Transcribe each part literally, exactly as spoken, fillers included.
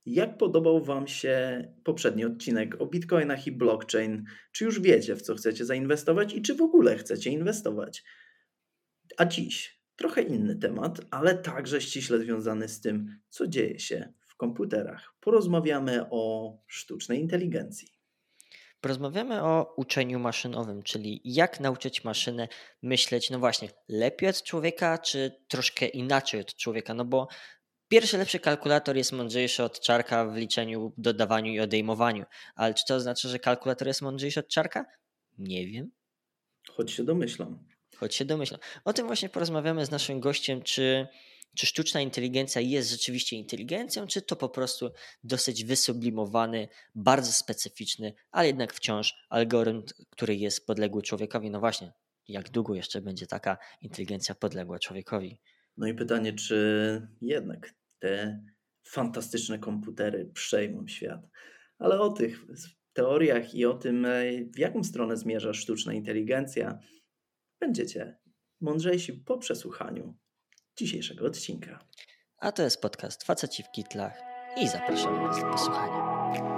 Jak podobał Wam się poprzedni odcinek o bitcoinach i blockchain? Czy już wiecie, w co chcecie zainwestować i czy w ogóle chcecie inwestować? A dziś trochę inny temat, ale także ściśle związany z tym, co dzieje się w komputerach. Porozmawiamy o sztucznej inteligencji. Porozmawiamy o uczeniu maszynowym, czyli jak nauczyć maszynę myśleć, no właśnie, lepiej od człowieka, czy troszkę inaczej od człowieka, no bo pierwszy lepszy kalkulator jest mądrzejszy od czarka w liczeniu, dodawaniu i odejmowaniu, ale czy to oznacza, że kalkulator jest mądrzejszy od czarka? Nie wiem, Choć się domyślam. choć się domyślam. O tym właśnie porozmawiamy z naszym gościem, czy, czy sztuczna inteligencja jest rzeczywiście inteligencją, czy to po prostu dosyć wysublimowany, bardzo specyficzny, ale jednak wciąż algorytm, który jest podległy człowiekowi. No właśnie, jak długo jeszcze będzie taka inteligencja podległa człowiekowi? No i pytanie, czy jednak te fantastyczne komputery przejmą świat. Ale o tych teoriach i o tym, e, w jaką stronę zmierza sztuczna inteligencja, będziecie mądrzejsi po przesłuchaniu dzisiejszego odcinka. A to jest podcast Faceci w Kitlach i zapraszamy Was do posłuchania.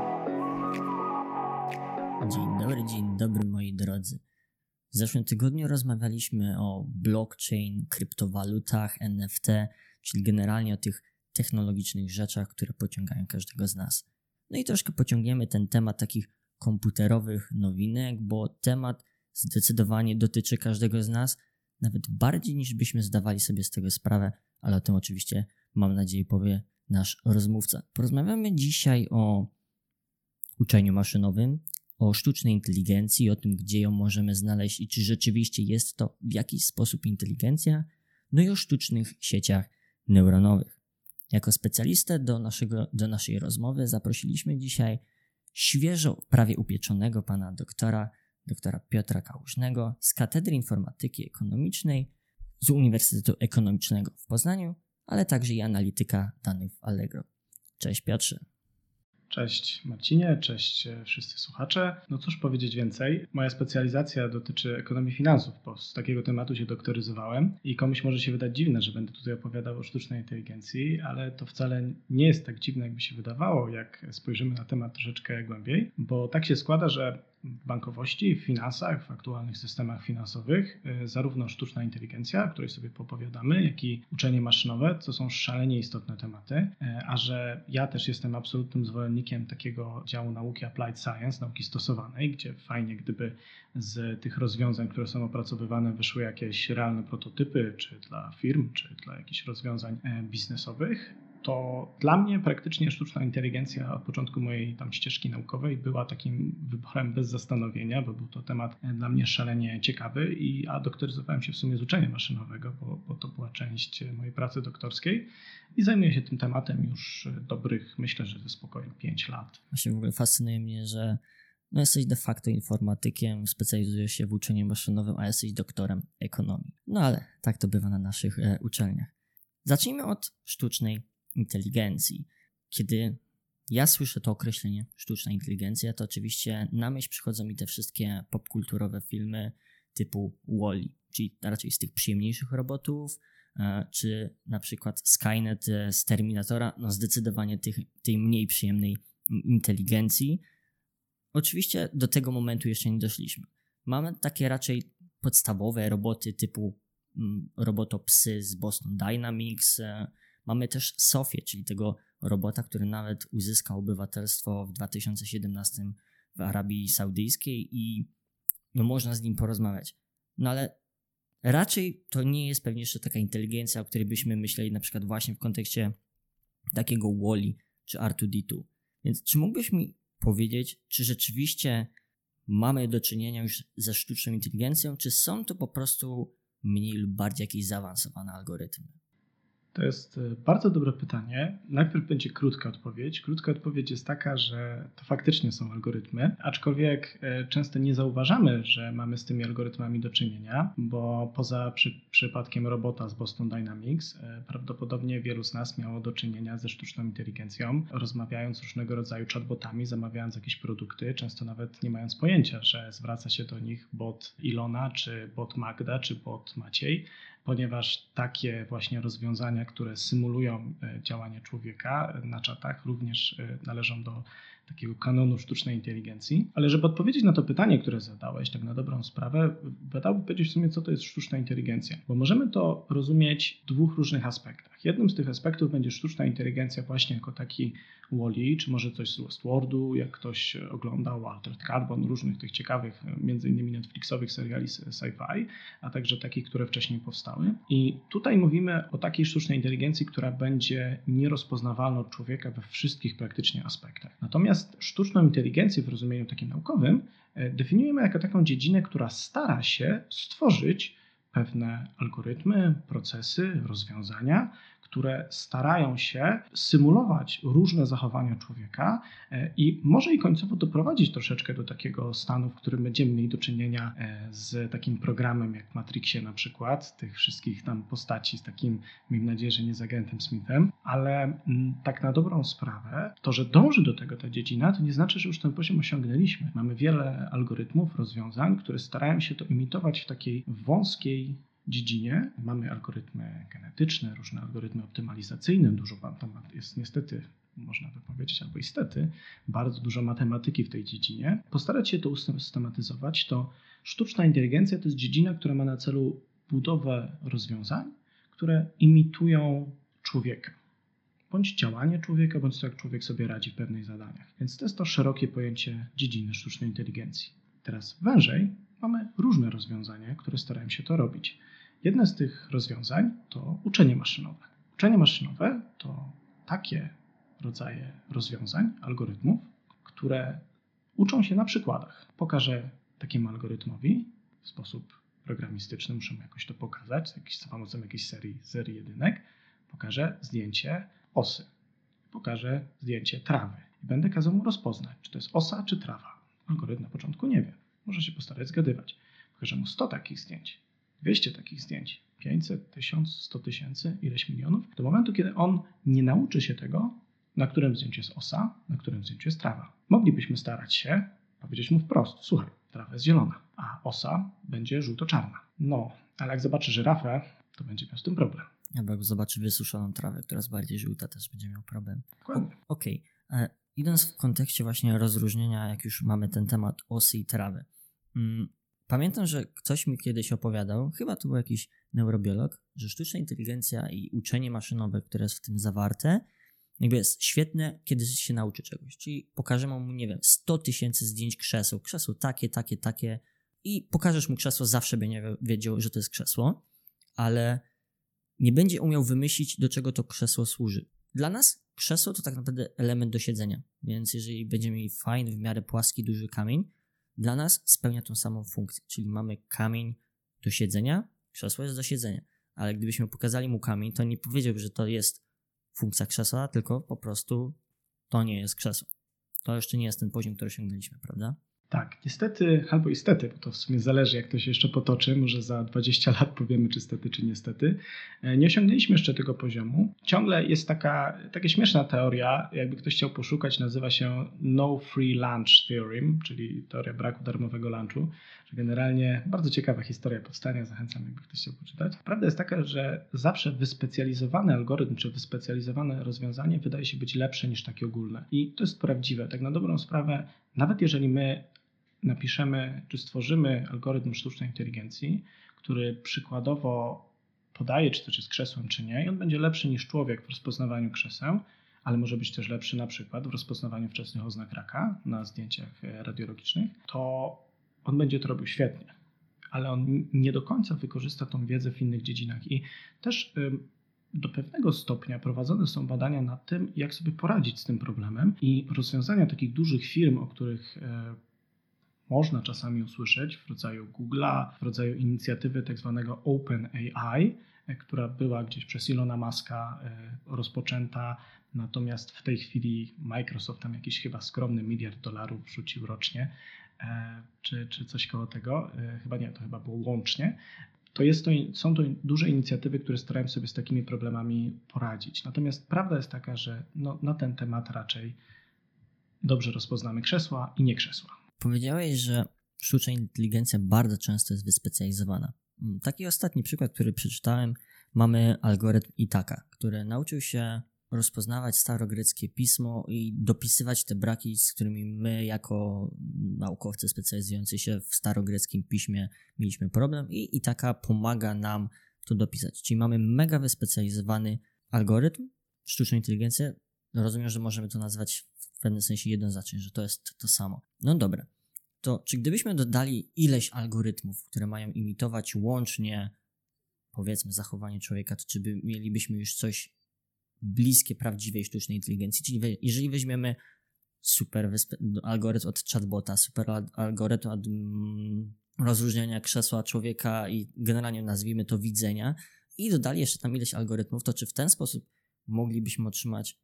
Dzień dobry, dzień dobry moi drodzy. W zeszłym tygodniu rozmawialiśmy o blockchain, kryptowalutach, N F T, czyli generalnie o tych technologicznych rzeczach, które pociągają każdego z nas. No i troszkę pociągniemy ten temat takich komputerowych nowinek, bo temat zdecydowanie dotyczy każdego z nas, nawet bardziej niż byśmy zdawali sobie z tego sprawę, ale o tym oczywiście, mam nadzieję, powie nasz rozmówca. Porozmawiamy dzisiaj o uczeniu maszynowym, o sztucznej inteligencji, o tym, gdzie ją możemy znaleźć i czy rzeczywiście jest to w jakiś sposób inteligencja, no i o sztucznych sieciach neuronowych. Jako specjalistę do, naszego, do naszej rozmowy zaprosiliśmy dzisiaj świeżo prawie upieczonego pana doktora, doktora Piotra Kałużnego z Katedry Informatyki Ekonomicznej z Uniwersytetu Ekonomicznego w Poznaniu, ale także i analityka danych w Allegro. Cześć Piotrze. Cześć Marcinie, cześć wszyscy słuchacze. No cóż powiedzieć więcej, moja specjalizacja dotyczy ekonomii finansów, bo z takiego tematu się doktoryzowałem i komuś może się wydać dziwne, że będę tutaj opowiadał o sztucznej inteligencji, ale to wcale nie jest tak dziwne, jakby się wydawało, jak spojrzymy na temat troszeczkę głębiej, bo tak się składa, że w bankowości, w finansach, w aktualnych systemach finansowych zarówno sztuczna inteligencja, o której sobie popowiadamy, jak i uczenie maszynowe to są szalenie istotne tematy, a że ja też jestem absolutnym zwolennikiem takiego działu nauki Applied Science, nauki stosowanej, gdzie fajnie gdyby z tych rozwiązań, które są opracowywane, wyszły jakieś realne prototypy, czy dla firm, czy dla jakichś rozwiązań biznesowych, to dla mnie praktycznie sztuczna inteligencja od początku mojej tam ścieżki naukowej była takim wyborem bez zastanowienia, bo był to temat dla mnie szalenie ciekawy, i, a doktoryzowałem się w sumie z uczenia maszynowego, bo, bo to była część mojej pracy doktorskiej i zajmuję się tym tematem już dobrych, myślę, że ze spokojnie pięć lat. Właśnie w ogóle fascynuje mnie, że no jesteś de facto informatykiem, specjalizujesz się w uczeniu maszynowym, a jesteś doktorem ekonomii. No ale tak to bywa na naszych e, uczelniach. Zacznijmy od sztucznej inteligencji. Kiedy ja słyszę to określenie sztuczna inteligencja, to oczywiście na myśl przychodzą mi te wszystkie popkulturowe filmy typu Wall-E, czyli raczej z tych przyjemniejszych robotów, czy na przykład Skynet z Terminatora, no zdecydowanie tych, tej mniej przyjemnej inteligencji. Oczywiście do tego momentu jeszcze nie doszliśmy. Mamy takie raczej podstawowe roboty typu robotopsy z Boston Dynamics. Mamy też Sofię, czyli tego robota, który nawet uzyskał obywatelstwo w dwa tysiące siedemnastym w Arabii Saudyjskiej i no, można z nim porozmawiać. No ale raczej to nie jest pewnie jeszcze taka inteligencja, o której byśmy myśleli na przykład właśnie w kontekście takiego Wall-E czy R dwa D dwa. Więc czy mógłbyś mi powiedzieć, czy rzeczywiście mamy do czynienia już ze sztuczną inteligencją, czy są to po prostu mniej lub bardziej jakieś zaawansowane algorytmy? To jest bardzo dobre pytanie. Najpierw będzie krótka odpowiedź. Krótka odpowiedź jest taka, że to faktycznie są algorytmy, aczkolwiek często nie zauważamy, że mamy z tymi algorytmami do czynienia, bo poza przy, przypadkiem robota z Boston Dynamics prawdopodobnie wielu z nas miało do czynienia ze sztuczną inteligencją, rozmawiając z różnego rodzaju chatbotami, zamawiając jakieś produkty, często nawet nie mając pojęcia, że zwraca się do nich bot Ilona, czy bot Magda, czy bot Maciej, ponieważ takie właśnie rozwiązania, które symulują działanie człowieka na czatach, również należą do takiego kanonu sztucznej inteligencji. Ale żeby odpowiedzieć na to pytanie, które zadałeś, tak na dobrą sprawę, wydałoby powiedzieć w sumie, co to jest sztuczna inteligencja. Bo możemy to rozumieć w dwóch różnych aspektach. Jednym z tych aspektów będzie sztuczna inteligencja właśnie jako taki Wall-E, czy może coś z Westworldu, jak ktoś oglądał Altered Carbon, różnych tych ciekawych, między innymi Netflixowych seriali sci-fi, a także takich, które wcześniej powstały. I tutaj mówimy o takiej sztucznej inteligencji, która będzie nierozpoznawalna od człowieka we wszystkich praktycznie aspektach. Natomiast sztuczną inteligencję w rozumieniu takim naukowym definiujemy jako taką dziedzinę, która stara się stworzyć pewne algorytmy, procesy, rozwiązania, które starają się symulować różne zachowania człowieka i może i końcowo doprowadzić troszeczkę do takiego stanu, w którym będziemy mieli do czynienia z takim programem jak w Matrixie na przykład, tych wszystkich tam postaci z takim, miejmy nadzieję, że nie z agentem Smithem, ale tak na dobrą sprawę, to, że dąży do tego ta dziedzina, to nie znaczy, że już ten poziom osiągnęliśmy. Mamy wiele algorytmów, rozwiązań, które starają się to imitować w takiej wąskiej dziedzinie. Mamy algorytmy genetyczne, różne algorytmy optymalizacyjne, dużo tam jest niestety, można by powiedzieć, albo istety, bardzo dużo matematyki w tej dziedzinie. Postarać się to usystematyzować, to sztuczna inteligencja to jest dziedzina, która ma na celu budowę rozwiązań, które imitują człowieka, bądź działanie człowieka, bądź to, jak człowiek sobie radzi w pewnych zadaniach. Więc to jest to szerokie pojęcie dziedziny sztucznej inteligencji. Teraz wężej mamy różne rozwiązania, które starają się to robić. Jedne z tych rozwiązań to uczenie maszynowe. Uczenie maszynowe to takie rodzaje rozwiązań, algorytmów, które uczą się na przykładach. Pokażę takiemu algorytmowi w sposób programistyczny, muszę mu jakoś to pokazać, za pomocą jakiejś serii, serii jedynek, pokażę zdjęcie osy, pokażę zdjęcie trawy i będę kazał mu rozpoznać, czy to jest osa, czy trawa. Algorytm na początku nie wie. Może się postarać zgadywać. Pokażę mu sto takich zdjęć, dwieście takich zdjęć, pięćset, tysiąc, sto tysięcy, ileś milionów. Do momentu, kiedy on nie nauczy się tego, na którym zdjęciu jest osa, na którym zdjęciu jest trawa. Moglibyśmy starać się powiedzieć mu wprost, słuchaj, trawa jest zielona, a osa będzie żółto-czarna. No, ale jak zobaczy żyrafę, to będzie miał z tym problem. Albo jak zobaczy wysuszoną trawę, która jest bardziej żółta, też będzie miał problem. Dokładnie. Okej. Okay. Idąc w kontekście właśnie rozróżnienia, jak już mamy ten temat osy i trawy. Pamiętam, że ktoś mi kiedyś opowiadał, chyba to był jakiś neurobiolog, że sztuczna inteligencja i uczenie maszynowe, które jest w tym zawarte, jakby jest świetne, kiedy się nauczy czegoś. Czyli pokażemy mu, nie wiem, sto tysięcy zdjęć krzeseł. Krzesło takie, takie, takie i pokażesz mu krzesło, zawsze będzie wiedział, że to jest krzesło, ale nie będzie umiał wymyślić, do czego to krzesło służy. Dla nas krzesło to tak naprawdę element do siedzenia, więc jeżeli będziemy mieli fajny, w miarę płaski, duży kamień, dla nas spełnia tą samą funkcję, czyli mamy kamień do siedzenia, krzesło jest do siedzenia, ale gdybyśmy pokazali mu kamień, to nie powiedziałby, że to jest funkcja krzesła, tylko po prostu to nie jest krzesło. To jeszcze nie jest ten poziom, który osiągnęliśmy, prawda? Tak, niestety, albo istety, bo to w sumie zależy, jak to się jeszcze potoczy, może za dwadzieścia lat powiemy, czy stety, czy niestety. Nie osiągnęliśmy jeszcze tego poziomu. Ciągle jest taka, taka śmieszna teoria, jakby ktoś chciał poszukać, nazywa się No Free Lunch Theorem, czyli teoria braku darmowego lunchu, że generalnie bardzo ciekawa historia powstania, zachęcam, jakby ktoś chciał poczytać. Prawda jest taka, że zawsze wyspecjalizowany algorytm, czy wyspecjalizowane rozwiązanie wydaje się być lepsze niż takie ogólne. I to jest prawdziwe. Tak na dobrą sprawę, nawet jeżeli my napiszemy, czy stworzymy algorytm sztucznej inteligencji, który przykładowo podaje, czy to jest krzesłem, czy nie, i on będzie lepszy niż człowiek w rozpoznawaniu krzeseł, ale może być też lepszy na przykład w rozpoznawaniu wczesnych oznak raka na zdjęciach radiologicznych, to on będzie to robił świetnie, ale on nie do końca wykorzysta tą wiedzę w innych dziedzinach i też do pewnego stopnia prowadzone są badania nad tym, jak sobie poradzić z tym problemem i rozwiązania takich dużych firm, o których można czasami usłyszeć w rodzaju Google'a, w rodzaju inicjatywy tak zwanego OpenAI, która była gdzieś przez Elona Muska rozpoczęta, natomiast w tej chwili Microsoft tam jakiś chyba skromny miliard dolarów wrzucił rocznie, czy, czy coś koło tego, chyba nie, to chyba było łącznie. To, jest to są to duże inicjatywy, które starają sobie z takimi problemami poradzić. Natomiast prawda jest taka, że no, na ten temat raczej dobrze rozpoznamy krzesła i nie krzesła. Powiedziałeś, że sztuczna inteligencja bardzo często jest wyspecjalizowana. Taki ostatni przykład, który przeczytałem, mamy algorytm Itaka, który nauczył się rozpoznawać starogreckie pismo i dopisywać te braki, z którymi my jako naukowcy specjalizujący się w starogreckim piśmie mieliśmy problem i Itaka pomaga nam to dopisać. Czyli mamy mega wyspecjalizowany algorytm, sztuczną inteligencję. Rozumiem, że możemy to nazwać w pewnym sensie jednoznacznie, że to jest to samo. No dobra, to czy gdybyśmy dodali ileś algorytmów, które mają imitować łącznie, powiedzmy, zachowanie człowieka, to czy by mielibyśmy już coś bliskie prawdziwej sztucznej inteligencji? Czyli we, jeżeli weźmiemy super wyspe- algorytm od chatbota, super algorytm od mm, rozróżniania krzesła człowieka i generalnie nazwijmy to widzenia i dodali jeszcze tam ileś algorytmów, to czy w ten sposób moglibyśmy otrzymać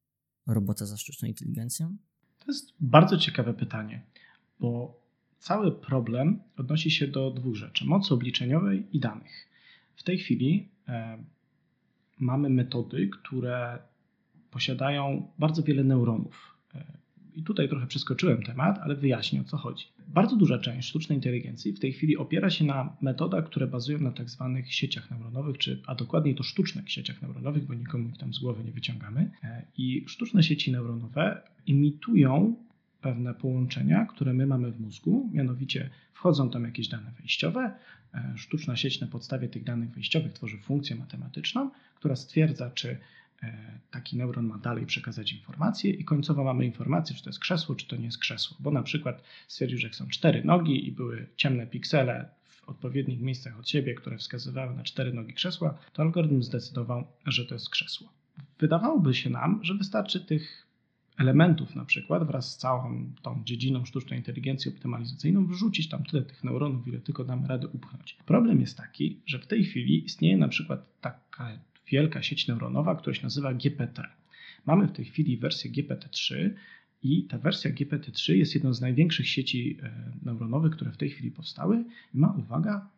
robota za sztuczną inteligencją? To jest bardzo ciekawe pytanie, bo cały problem odnosi się do dwóch rzeczy: mocy obliczeniowej i danych. W tej chwili e, mamy metody, które posiadają bardzo wiele neuronów. E, I tutaj trochę przeskoczyłem temat, ale wyjaśnię, o co chodzi. Bardzo duża część sztucznej inteligencji w tej chwili opiera się na metodach, które bazują na tak zwanych sieciach neuronowych, czy, a dokładniej to sztucznych sieciach neuronowych, bo nikomu ich tam z głowy nie wyciągamy. I sztuczne sieci neuronowe imitują pewne połączenia, które my mamy w mózgu, mianowicie wchodzą tam jakieś dane wejściowe. Sztuczna sieć na podstawie tych danych wejściowych tworzy funkcję matematyczną, która stwierdza, czy taki neuron ma dalej przekazać informację i końcowo mamy informację, czy to jest krzesło, czy to nie jest krzesło, bo na przykład stwierdził, że są cztery nogi i były ciemne piksele w odpowiednich miejscach od siebie, które wskazywały na cztery nogi krzesła, to algorytm zdecydował, że to jest krzesło. Wydawałoby się nam, że wystarczy tych elementów na przykład wraz z całą tą dziedziną sztucznej inteligencji optymalizacyjną wrzucić tam tyle tych neuronów, ile tylko damy radę upchnąć. Problem jest taki, że w tej chwili istnieje na przykład taka wielka sieć neuronowa, która się nazywa G P T. Mamy w tej chwili wersję G P T trzy i ta wersja G P T trzy jest jedną z największych sieci neuronowych, które w tej chwili powstały i ma, uwaga,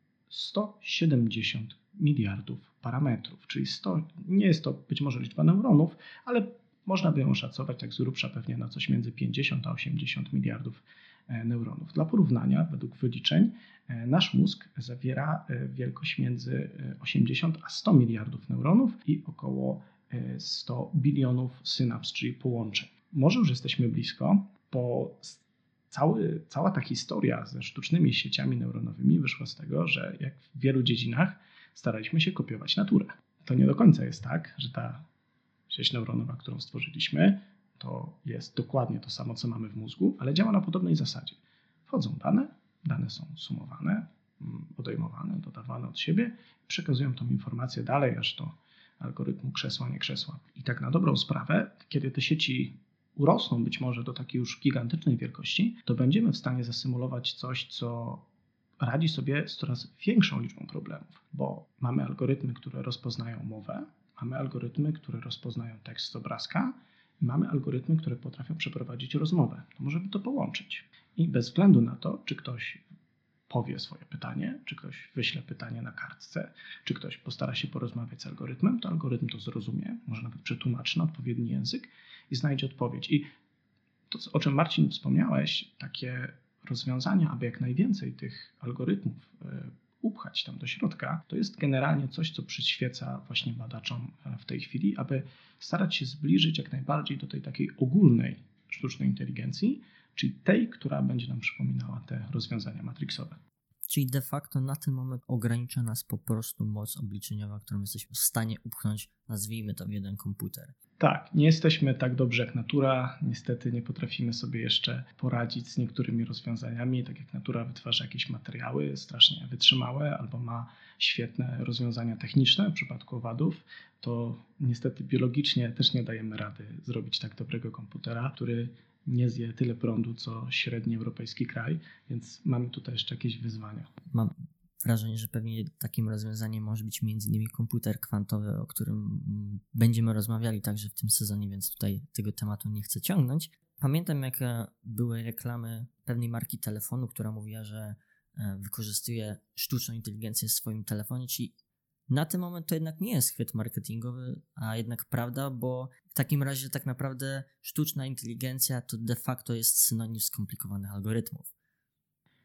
sto siedemdziesiąt miliardów parametrów, czyli sto, nie jest to być może liczba neuronów, ale można by ją szacować tak z grubsza pewnie na coś między pięćdziesiąt a osiemdziesiąt miliardów neuronów. Dla porównania, według wyliczeń, nasz mózg zawiera wielkość między osiemdziesiąt a sto miliardów neuronów i około sto bilionów synaps, czyli połączeń. Może już jesteśmy blisko, bo cały, cała ta historia ze sztucznymi sieciami neuronowymi wyszła z tego, że jak w wielu dziedzinach staraliśmy się kopiować naturę. To nie do końca jest tak, że ta sieć neuronowa, którą stworzyliśmy, to jest dokładnie to samo, co mamy w mózgu, ale działa na podobnej zasadzie. Wchodzą dane, dane są sumowane, odejmowane, dodawane od siebie i przekazują tą informację dalej, aż do algorytmu krzesła, nie krzesła. I tak na dobrą sprawę, kiedy te sieci urosną być może do takiej już gigantycznej wielkości, to będziemy w stanie zasymulować coś, co radzi sobie z coraz większą liczbą problemów, bo mamy algorytmy, które rozpoznają mowę, mamy algorytmy, które rozpoznają tekst z obrazka i mamy algorytmy, które potrafią przeprowadzić rozmowę. To możemy to połączyć. I bez względu na to, czy ktoś powie swoje pytanie, czy ktoś wyśle pytanie na kartce, czy ktoś postara się porozmawiać z algorytmem, to algorytm to zrozumie, może nawet przetłumaczy na odpowiedni język i znajdzie odpowiedź. I to, o czym Marcin wspomniałeś, takie rozwiązania, aby jak najwięcej tych algorytmów upchać tam do środka, to jest generalnie coś, co przyświeca właśnie badaczom w tej chwili, aby starać się zbliżyć jak najbardziej do tej takiej ogólnej sztucznej inteligencji, czyli tej, która będzie nam przypominała te rozwiązania matrixowe. Czyli de facto na ten moment ogranicza nas po prostu moc obliczeniowa, którą jesteśmy w stanie upchnąć, nazwijmy to, w jeden komputer. Tak, nie jesteśmy tak dobrze jak natura. Niestety nie potrafimy sobie jeszcze poradzić z niektórymi rozwiązaniami. Tak jak natura wytwarza jakieś materiały strasznie wytrzymałe albo ma świetne rozwiązania techniczne w przypadku owadów, to niestety biologicznie też nie dajemy rady zrobić tak dobrego komputera, który nie zje tyle prądu, co średni europejski kraj, więc mamy tutaj jeszcze jakieś wyzwania. Mam wrażenie, że pewnie takim rozwiązaniem może być między innymi komputer kwantowy, o którym będziemy rozmawiali także w tym sezonie, więc tutaj tego tematu nie chcę ciągnąć. Pamiętam, jak były reklamy pewnej marki telefonu, która mówiła, że wykorzystuje sztuczną inteligencję w swoim telefonie, czyli na ten moment to jednak nie jest chwyt marketingowy, a jednak prawda, bo w takim razie tak naprawdę sztuczna inteligencja to de facto jest synonim skomplikowanych algorytmów.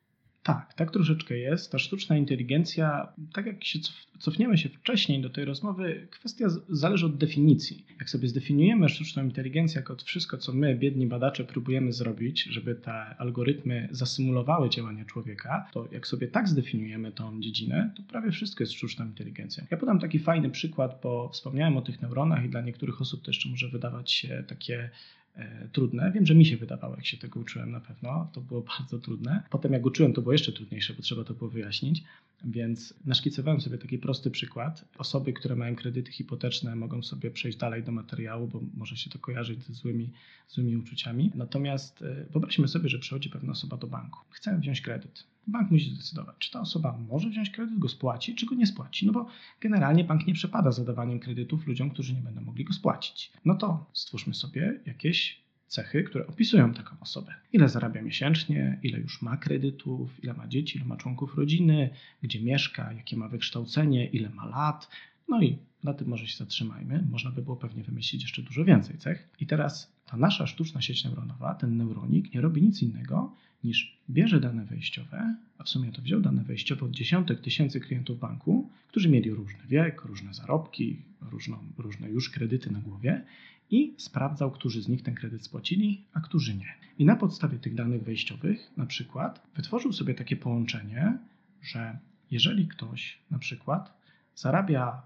Tak, tak troszeczkę jest. Ta sztuczna inteligencja, tak jak się cofniemy się wcześniej do tej rozmowy, kwestia zależy od definicji. Jak sobie zdefiniujemy sztuczną inteligencję jako wszystko, co my, biedni badacze, próbujemy zrobić, żeby te algorytmy zasymulowały działania człowieka, to jak sobie tak zdefiniujemy tą dziedzinę, to prawie wszystko jest sztuczną inteligencją. Ja podam taki fajny przykład, bo wspomniałem o tych neuronach i dla niektórych osób to jeszcze może wydawać się takie trudne. Wiem, że mi się wydawało, jak się tego uczyłem na pewno. To było bardzo trudne. Potem jak uczyłem, to było jeszcze trudniejsze, bo trzeba to było wyjaśnić. Więc naszkicowałem sobie taki prosty przykład. Osoby, które mają kredyty hipoteczne, mogą sobie przejść dalej do materiału, bo może się to kojarzyć ze złymi, złymi uczuciami. Natomiast wyobraźmy sobie, że przychodzi pewna osoba do banku. Chce wziąć kredyt. Bank musi zdecydować, czy ta osoba może wziąć kredyt, go spłaci, czy go nie spłaci. No bo generalnie bank nie przepada za dawaniem kredytów ludziom, którzy nie będą mogli go spłacić. No to stwórzmy sobie jakieś cechy, które opisują taką osobę. Ile zarabia miesięcznie, ile już ma kredytów, ile ma dzieci, ile ma członków rodziny, gdzie mieszka, jakie ma wykształcenie, ile ma lat. No i na tym może się zatrzymajmy. Można by było pewnie wymyślić jeszcze dużo więcej cech. I teraz ta nasza sztuczna sieć neuronowa, ten neuronik nie robi nic innego niż bierze dane wejściowe, a w sumie to wziął dane wejściowe od dziesiątek tysięcy klientów banku, którzy mieli różny wiek, różne zarobki, różną, różne już kredyty na głowie i sprawdzał, którzy z nich ten kredyt spłacili, a którzy nie. I na podstawie tych danych wejściowych na przykład wytworzył sobie takie połączenie, że jeżeli ktoś na przykład zarabia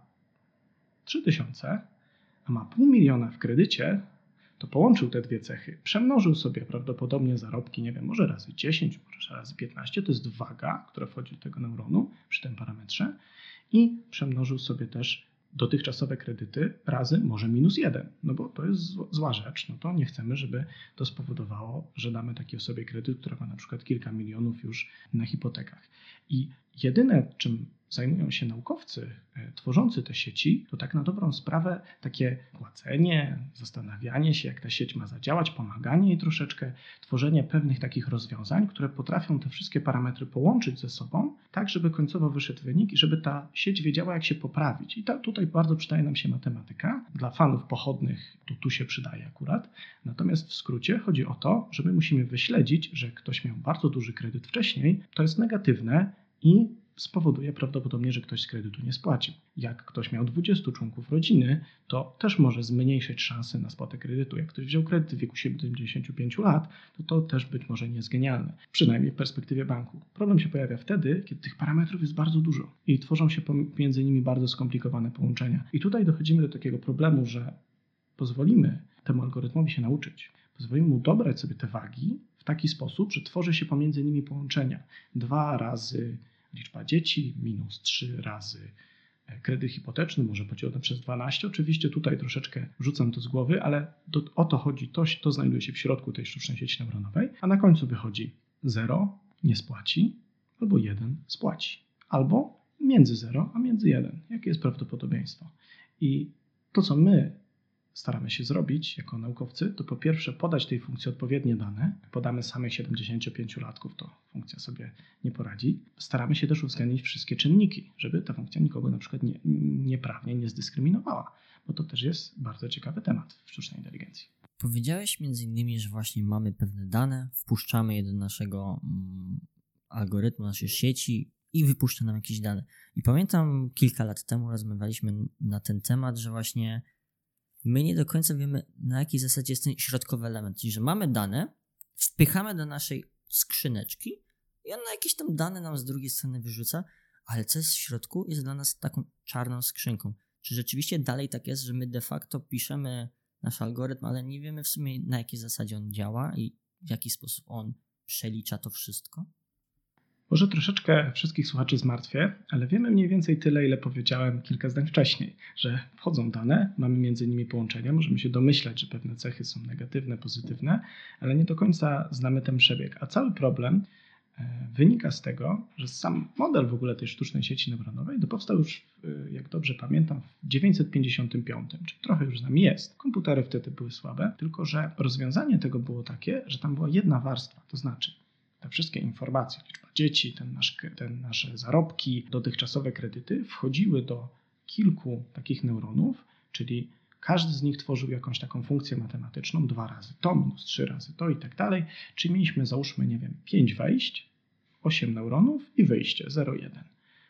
trzy tysiące, a ma pół miliona w kredycie, to połączył te dwie cechy, przemnożył sobie prawdopodobnie zarobki, nie wiem, może razy dziesięć, może razy piętnaście, to jest waga, która wchodzi do tego neuronu przy tym parametrze i przemnożył sobie też dotychczasowe kredyty razy może minus jeden, no bo to jest zła rzecz, no to nie chcemy, żeby to spowodowało, że damy takiej osobie kredyt, która ma na przykład kilka milionów już na hipotekach. I jedyne, czym zajmują się naukowcy tworzący te sieci, to tak na dobrą sprawę takie płacenie, zastanawianie się, jak ta sieć ma zadziałać, pomaganie jej troszeczkę, tworzenie pewnych takich rozwiązań, które potrafią te wszystkie parametry połączyć ze sobą, tak żeby końcowo wyszedł wynik i żeby ta sieć wiedziała, jak się poprawić. I ta, tutaj bardzo przydaje nam się matematyka. Dla fanów pochodnych to tu się przydaje akurat. Natomiast w skrócie chodzi o to, że my musimy wyśledzić, że ktoś miał bardzo duży kredyt wcześniej, to jest negatywne i spowoduje prawdopodobnie, że ktoś z kredytu nie spłacił. Jak ktoś miał dwudziestu członków rodziny, to też może zmniejszyć szanse na spłatę kredytu. Jak ktoś wziął kredyt w wieku siedemdziesięciu pięciu lat, to to też być może nie jest genialne, przynajmniej w perspektywie banku. Problem się pojawia wtedy, kiedy tych parametrów jest bardzo dużo i tworzą się pomiędzy nimi bardzo skomplikowane połączenia. I tutaj dochodzimy do takiego problemu, że pozwolimy temu algorytmowi się nauczyć. Pozwolimy mu dobrać sobie te wagi w taki sposób, że tworzy się pomiędzy nimi połączenia. Dwa razy liczba dzieci minus trzy razy kredyt hipoteczny, może podzielone przez dwanaście. Oczywiście tutaj troszeczkę rzucam to z głowy, ale do, o to chodzi, to, to znajduje się w środku tej sztucznej sieci neuronowej, a na końcu wychodzi zero, nie spłaci, albo jeden spłaci, albo między zero a między jeden. Jakie jest prawdopodobieństwo? I to, co my staramy się zrobić jako naukowcy, to po pierwsze podać tej funkcji odpowiednie dane. Podamy samych siedemdziesięciopięciolatków, to funkcja sobie nie poradzi. Staramy się też uwzględnić wszystkie czynniki, żeby ta funkcja nikogo na przykład nie, nieprawnie nie zdyskryminowała, bo to też jest bardzo ciekawy temat w sztucznej inteligencji. Powiedziałeś między innymi, że właśnie mamy pewne dane, wpuszczamy je do naszego mm, algorytmu, naszej sieci i wypuszcza nam jakieś dane. I pamiętam kilka lat temu rozmawialiśmy na ten temat, że właśnie my nie do końca wiemy, na jakiej zasadzie jest ten środkowy element. Czyli, że mamy dane, wpychamy do naszej skrzyneczki i on na jakieś tam dane nam z drugiej strony wyrzuca, ale co jest w środku, jest dla nas taką czarną skrzynką. Czy rzeczywiście dalej tak jest, że my de facto piszemy nasz algorytm, ale nie wiemy w sumie, na jakiej zasadzie on działa i w jaki sposób on przelicza to wszystko? Może troszeczkę wszystkich słuchaczy zmartwię, ale wiemy mniej więcej tyle, ile powiedziałem kilka zdań wcześniej, że wchodzą dane, mamy między nimi połączenia, możemy się domyślać, że pewne cechy są negatywne, pozytywne, ale nie do końca znamy ten przebieg. A cały problem wynika z tego, że sam model w ogóle tej sztucznej sieci neuronowej to powstał już, jak dobrze pamiętam, w tysiąc dziewięćset pięćdziesiątym piątym, czyli trochę już z nami jest. Komputery wtedy były słabe, tylko że rozwiązanie tego było takie, że tam była jedna warstwa, to znaczy te wszystkie informacje, liczba dzieci, ten nasz, ten nasze zarobki, dotychczasowe kredyty wchodziły do kilku takich neuronów, czyli każdy z nich tworzył jakąś taką funkcję matematyczną, dwa razy to, minus trzy razy to i tak dalej. Czyli mieliśmy, załóżmy, nie wiem, pięć wejść osiem neuronów i wyjście zero jeden.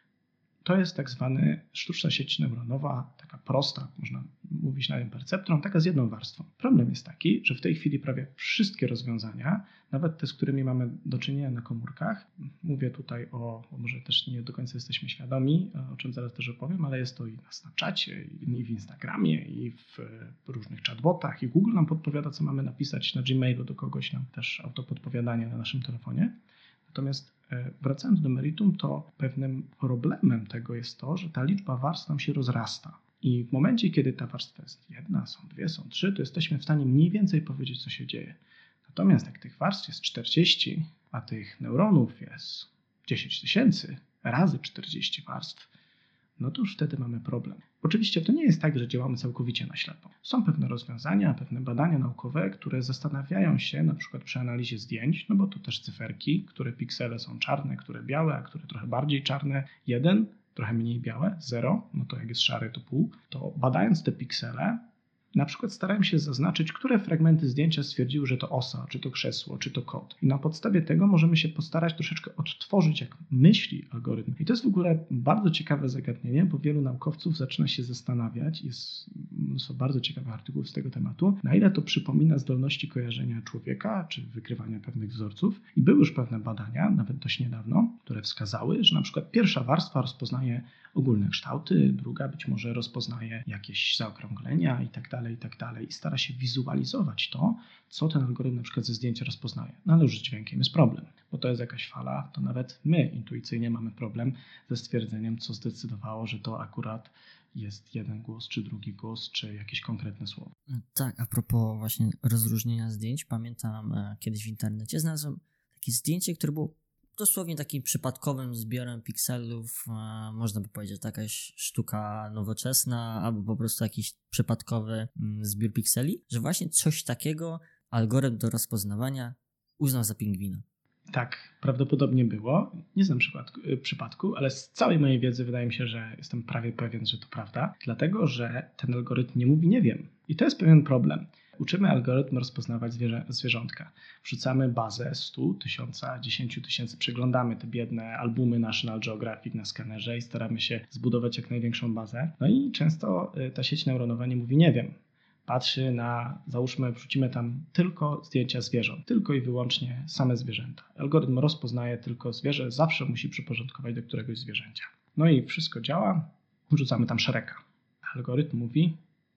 To jest tak zwany sztuczna sieć neuronowa, taka prosta, można mówić na nią perceptron, taka z jedną warstwą. Problem jest taki, że w tej chwili prawie wszystkie rozwiązania, nawet te, z którymi mamy do czynienia na komórkach, mówię tutaj o, bo może też nie do końca jesteśmy świadomi, o czym zaraz też opowiem, ale jest to i na Snapchacie, i w Instagramie, i w różnych chatbotach, i Google nam podpowiada, co mamy napisać na Gmailu do kogoś, nam też autopodpowiadanie na naszym telefonie. Natomiast wracając do meritum, to pewnym problemem tego jest to, że ta liczba warstw nam się rozrasta. I w momencie, kiedy ta warstwa jest jedna, są dwie, są trzy, to jesteśmy w stanie mniej więcej powiedzieć, co się dzieje. Natomiast jak tych warstw jest czterdzieści, a tych neuronów jest dziesięć tysięcy razy czterdzieści warstw, no to już wtedy mamy problem. Oczywiście to nie jest tak, że działamy całkowicie na ślepo. Są pewne rozwiązania, pewne badania naukowe, które zastanawiają się na przykład przy analizie zdjęć, no bo to też cyferki, które piksele są czarne, które białe, a które trochę bardziej czarne. Jeden, trochę mniej białe, zero, no to jak jest szary to pół. To badając te piksele, na przykład starałem się zaznaczyć, które fragmenty zdjęcia stwierdziły, że to osa, czy to krzesło, czy to kot. I na podstawie tego możemy się postarać troszeczkę odtworzyć, jak myśli algorytm. I to jest w ogóle bardzo ciekawe zagadnienie, bo wielu naukowców zaczyna się zastanawiać, jest mnóstwo bardzo ciekawych artykułów z tego tematu, na ile to przypomina zdolności kojarzenia człowieka, czy wykrywania pewnych wzorców. I były już pewne badania, nawet dość niedawno, które wskazały, że na przykład pierwsza warstwa rozpoznaje ogólne kształty, druga być może rozpoznaje jakieś zaokrąglenia i tak dalej, i tak dalej. I stara się wizualizować to, co ten algorytm na przykład ze zdjęcia rozpoznaje. No ale już z dźwiękiem jest problem, bo to jest jakaś fala, to nawet my intuicyjnie mamy problem ze stwierdzeniem, co zdecydowało, że to akurat jest jeden głos, czy drugi głos, czy jakieś konkretne słowo. Tak, a propos właśnie rozróżnienia zdjęć, pamiętam kiedyś w internecie znalazłem takie zdjęcie, które było dosłownie takim przypadkowym zbiorem pikselów, można by powiedzieć, że jakaś sztuka nowoczesna albo po prostu jakiś przypadkowy zbiór pikseli, że właśnie coś takiego algorytm do rozpoznawania uznał za pingwina. Tak, prawdopodobnie było. Nie znam przypadku, przypadku, ale z całej mojej wiedzy wydaje mi się, że jestem prawie pewien, że to prawda, dlatego że ten algorytm nie mówi nie wiem. I to jest pewien problem. Uczymy algorytm rozpoznawać zwierzę, zwierzątka. Wrzucamy bazę stu, tysiąca, dziesięciu tysięcy, przeglądamy te biedne albumy National Geographic na skanerze i staramy się zbudować jak największą bazę. No i często ta sieć neuronowa nie mówi nie wiem. Patrzy na, załóżmy, wrzucimy tam tylko zdjęcia zwierząt, tylko i wyłącznie same zwierzęta. Algorytm rozpoznaje tylko zwierzę, zawsze musi przyporządkować do któregoś zwierzęcia. No i wszystko działa, wrzucamy tam szereka. Algorytm mówi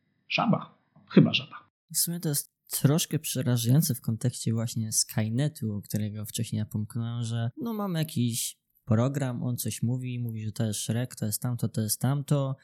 żaba, chyba żaba. W sumie to jest troszkę przerażające w kontekście właśnie Skynetu, o którego wcześniej napomknąłem, że no mamy jakiś program, on coś mówi, mówi, że to jest Shrek, to jest tamto, to jest tamto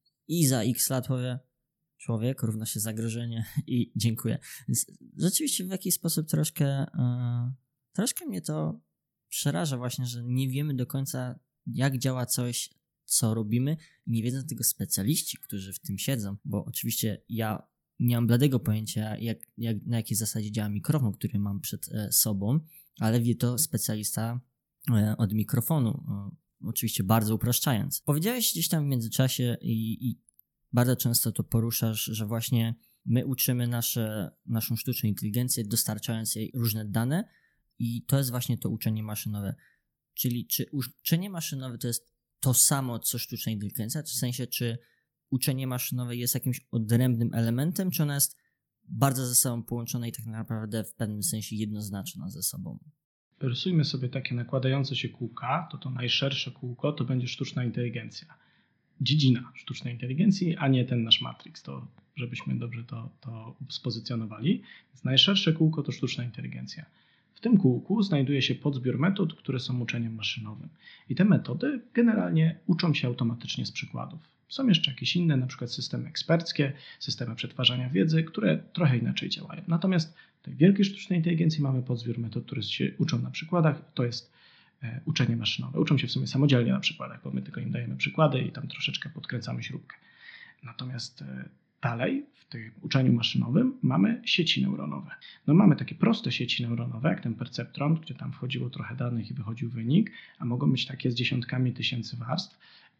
i za x lat powie człowiek równa się zagrożenie i dziękuję. Więc rzeczywiście w jakiś sposób troszkę, yy, troszkę mnie to przeraża właśnie, że nie wiemy do końca, jak działa coś, co robimy i nie wiedzą tego specjaliści, którzy w tym siedzą, bo oczywiście ja nie mam bladego pojęcia, jak, jak, na jakiej zasadzie działa mikrofon, który mam przed e, sobą, ale wie to specjalista e, od mikrofonu, e, oczywiście bardzo upraszczając. Powiedziałeś gdzieś tam w międzyczasie i, i bardzo często to poruszasz, że właśnie my uczymy nasze, naszą sztuczną inteligencję, dostarczając jej różne dane i to jest właśnie to uczenie maszynowe. Czyli czy uczenie maszynowe to jest to samo, co sztuczna inteligencja, czy w sensie, czy uczenie maszynowe jest jakimś odrębnym elementem, czy ona jest bardzo ze sobą połączona i tak naprawdę w pewnym sensie jednoznaczna ze sobą? Rysujmy sobie takie nakładające się kółka, to to najszersze kółko to będzie sztuczna inteligencja. Dziedzina sztucznej inteligencji, a nie ten nasz Matrix, to żebyśmy dobrze to, to spozycjonowali. Więc najszersze kółko to sztuczna inteligencja. W tym kółku znajduje się podzbiór metod, które są uczeniem maszynowym. I te metody generalnie uczą się automatycznie z przykładów. Są jeszcze jakieś inne, na przykład systemy eksperckie, systemy przetwarzania wiedzy, które trochę inaczej działają. Natomiast w tej wielkiej sztucznej inteligencji mamy podzbiór metod, które się uczą na przykładach. To jest e, uczenie maszynowe. Uczą się w sumie samodzielnie na przykładach, bo my tylko im dajemy przykłady i tam troszeczkę podkręcamy śrubkę. Natomiast e, dalej w tym uczeniu maszynowym mamy sieci neuronowe. No mamy takie proste sieci neuronowe, jak ten perceptron, gdzie tam wchodziło trochę danych i wychodził wynik, a mogą być takie z dziesiątkami tysięcy warstw.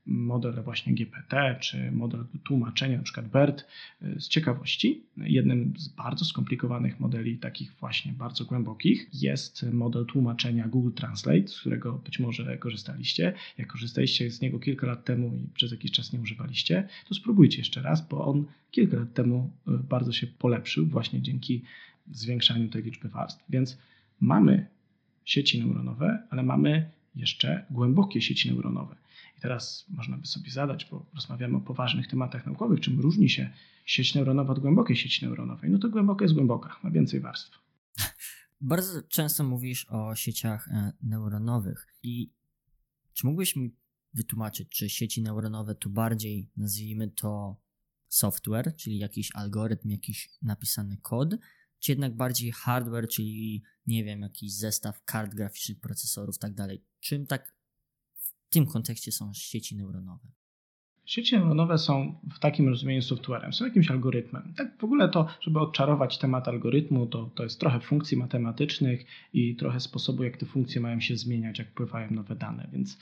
model właśnie G P T, czy model tłumaczenia, na przykład BERT z ciekawości. Jednym z bardzo skomplikowanych modeli, takich właśnie bardzo głębokich, jest model tłumaczenia Google Translate, z którego być może korzystaliście. Jak korzystaliście z niego kilka lat temu i przez jakiś czas nie używaliście, to spróbujcie jeszcze raz, bo on kilka lat temu bardzo się polepszył właśnie dzięki zwiększaniu tej liczby warstw. Więc mamy sieci neuronowe, ale mamy jeszcze głębokie sieci neuronowe. I teraz można by sobie zadać, bo rozmawiamy o poważnych tematach naukowych, czym różni się sieć neuronowa od głębokiej sieci neuronowej. No to głęboka jest głęboka, ma więcej warstw. Bardzo często mówisz o sieciach neuronowych i czy mógłbyś mi wytłumaczyć, czy sieci neuronowe to bardziej, nazwijmy to software, czyli jakiś algorytm, jakiś napisany kod, czy jednak bardziej hardware, czyli nie wiem, jakiś zestaw kart graficznych, procesorów i tak dalej. Czym tak w tym kontekście są sieci neuronowe? Sieci neuronowe są w takim rozumieniu softwarem, są jakimś algorytmem. Tak w ogóle to, żeby odczarować temat algorytmu, to, to jest trochę funkcji matematycznych i trochę sposobu, jak te funkcje mają się zmieniać, jak wpływają nowe dane. Więc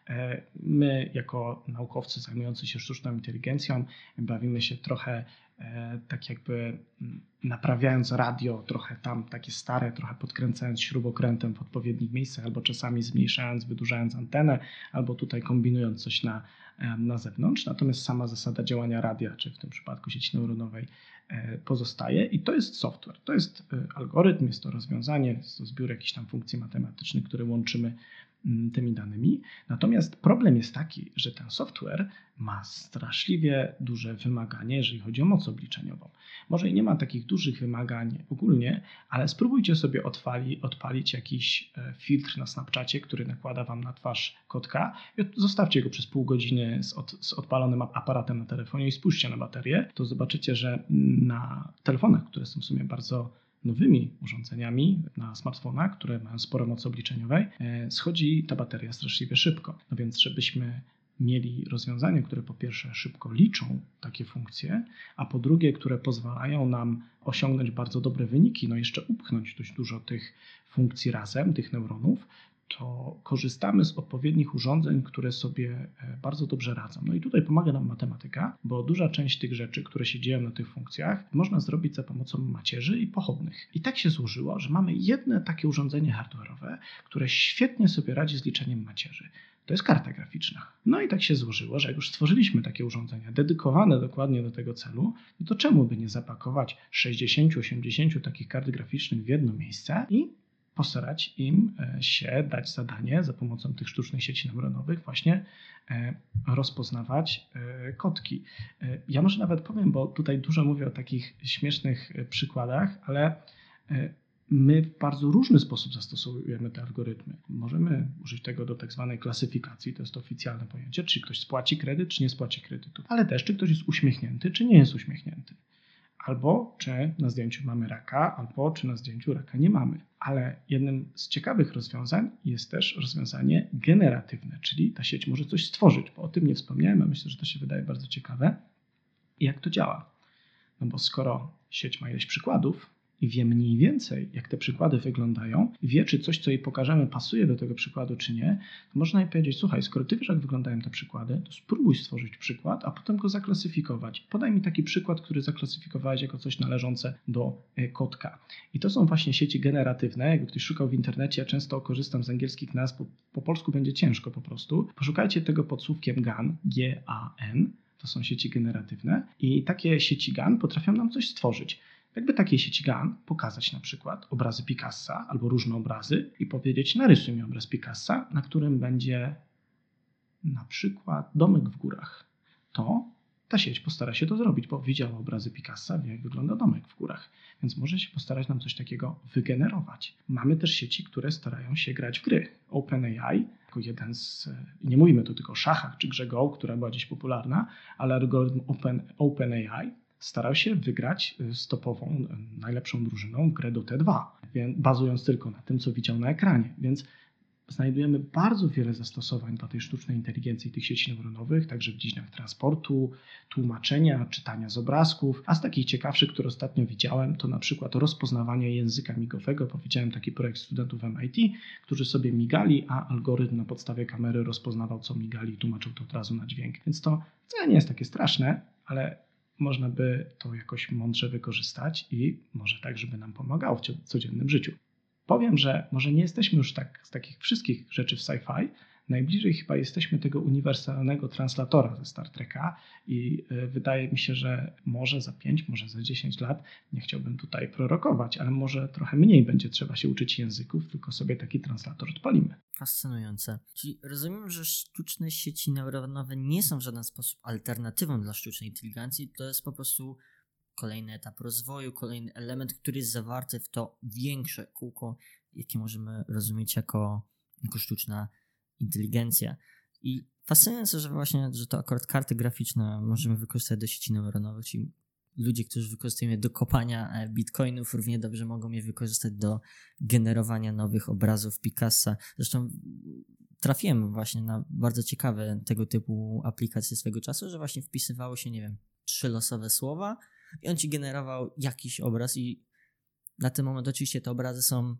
my jako naukowcy zajmujący się sztuczną inteligencją bawimy się trochę tak jakby naprawiając radio, trochę tam takie stare, trochę podkręcając śrubokrętem w odpowiednich miejscach, albo czasami zmniejszając, wydłużając antenę, albo tutaj kombinując coś na, na zewnątrz. Natomiast sama zasada działania radia, czy w tym przypadku sieci neuronowej, pozostaje i to jest software. To jest algorytm, jest to rozwiązanie, jest to zbiór jakichś tam funkcji matematycznych, które łączymy tymi danymi. Natomiast problem jest taki, że ten software ma straszliwie duże wymagania, jeżeli chodzi o moc obliczeniową. Może i nie ma takich dużych wymagań ogólnie, ale spróbujcie sobie odpali, odpalić jakiś filtr na Snapchacie, który nakłada wam na twarz kotka i zostawcie go przez pół godziny z, od, z odpalonym aparatem na telefonie i spójrzcie na baterię, to zobaczycie, że na telefonach, które są w sumie bardzo nowymi urządzeniami na smartfonach, które mają sporo mocy obliczeniowej, schodzi ta bateria straszliwie szybko. No więc żebyśmy mieli rozwiązania, które po pierwsze szybko liczą takie funkcje, a po drugie, które pozwalają nam osiągnąć bardzo dobre wyniki, no jeszcze upchnąć dość dużo tych funkcji razem, tych neuronów, to korzystamy z odpowiednich urządzeń, które sobie bardzo dobrze radzą. No i tutaj pomaga nam matematyka, bo duża część tych rzeczy, które się dzieją na tych funkcjach, można zrobić za pomocą macierzy i pochodnych. I tak się złożyło, że mamy jedno takie urządzenie hardware'owe, które świetnie sobie radzi z liczeniem macierzy. To jest karta graficzna. No i tak się złożyło, że jak już stworzyliśmy takie urządzenia dedykowane dokładnie do tego celu, no to czemu by nie zapakować sześćdziesiąt osiemdziesiąt takich kart graficznych w jedno miejsce i postarać im się dać zadanie za pomocą tych sztucznych sieci neuronowych właśnie rozpoznawać kotki. Ja może nawet powiem, bo tutaj dużo mówię o takich śmiesznych przykładach, ale my w bardzo różny sposób zastosujemy te algorytmy. Możemy użyć tego do tak zwanej klasyfikacji, to jest oficjalne pojęcie, czy ktoś spłaci kredyt, czy nie spłaci kredytu, ale też czy ktoś jest uśmiechnięty, czy nie jest uśmiechnięty. Albo czy na zdjęciu mamy raka, albo czy na zdjęciu raka nie mamy. Ale jednym z ciekawych rozwiązań jest też rozwiązanie generatywne, czyli ta sieć może coś stworzyć, bo o tym nie wspomniałem, a myślę, że to się wydaje bardzo ciekawe. I jak to działa? No bo skoro sieć ma ileś przykładów i wie mniej więcej, jak te przykłady wyglądają, i wie, czy coś, co jej pokażemy, pasuje do tego przykładu, czy nie, to można jej powiedzieć, słuchaj, skoro ty wiesz, jak wyglądają te przykłady, to spróbuj stworzyć przykład, a potem go zaklasyfikować. Podaj mi taki przykład, który zaklasyfikowałeś jako coś należące do kotka. I to są właśnie sieci generatywne. Jakby ktoś szukał w internecie, ja często korzystam z angielskich nazw, bo po polsku będzie ciężko po prostu. Poszukajcie tego pod słówkiem G A N, G A N, to są sieci generatywne i takie sieci G A N potrafią nam coś stworzyć. Jakby takiej sieci G A N pokazać na przykład obrazy Picassa albo różne obrazy i powiedzieć, narysuj mi obraz Picassa, na którym będzie na przykład domek w górach. To ta sieć postara się to zrobić, bo widziała obrazy Picassa, wie jak wygląda domek w górach, więc może się postarać nam coś takiego wygenerować. Mamy też sieci, które starają się grać w gry. OpenAI jako jeden z, nie mówimy tu tylko o szachach czy grze Go, która była dziś popularna, ale algorytm Open, OpenAI starał się wygrać z topową, najlepszą drużyną w grę Dota dwa, bazując tylko na tym, co widział na ekranie. Więc znajdujemy bardzo wiele zastosowań dla tej sztucznej inteligencji, tych sieci neuronowych, także w dziedzinach transportu, tłumaczenia, czytania z obrazków. A z takich ciekawszych, które ostatnio widziałem, to na przykład rozpoznawanie języka migowego, bo widziałem taki projekt studentów M I T, którzy sobie migali, a algorytm na podstawie kamery rozpoznawał, co migali i tłumaczył to od razu na dźwięk. Więc to wcale nie jest takie straszne, ale można by to jakoś mądrze wykorzystać i może tak, żeby nam pomagało w codziennym życiu. Powiem, że może nie jesteśmy już tak z takich wszystkich rzeczy w sci-fi, najbliżej chyba jesteśmy tego uniwersalnego translatora ze Star Treka i wydaje mi się, że może za pięć, może za dziesięć lat, nie chciałbym tutaj prorokować, ale może trochę mniej będzie trzeba się uczyć języków, tylko sobie taki translator odpalimy. Fascynujące. Czyli rozumiem, że sztuczne sieci neuronowe nie są w żaden sposób alternatywą dla sztucznej inteligencji, to jest po prostu kolejny etap rozwoju, kolejny element, który jest zawarty w to większe kółko, jakie możemy rozumieć jako, jako sztuczna inteligencja. I fascynujące, że właśnie, że to akurat karty graficzne możemy wykorzystać do sieci neuronowych, czyli ludzie, którzy wykorzystują je do kopania bitcoinów, równie dobrze mogą je wykorzystać do generowania nowych obrazów Picassa. Zresztą trafiłem właśnie na bardzo ciekawe tego typu aplikacje swego czasu, że właśnie wpisywało się, nie wiem, trzy losowe słowa i on ci generował jakiś obraz i na ten moment oczywiście te obrazy są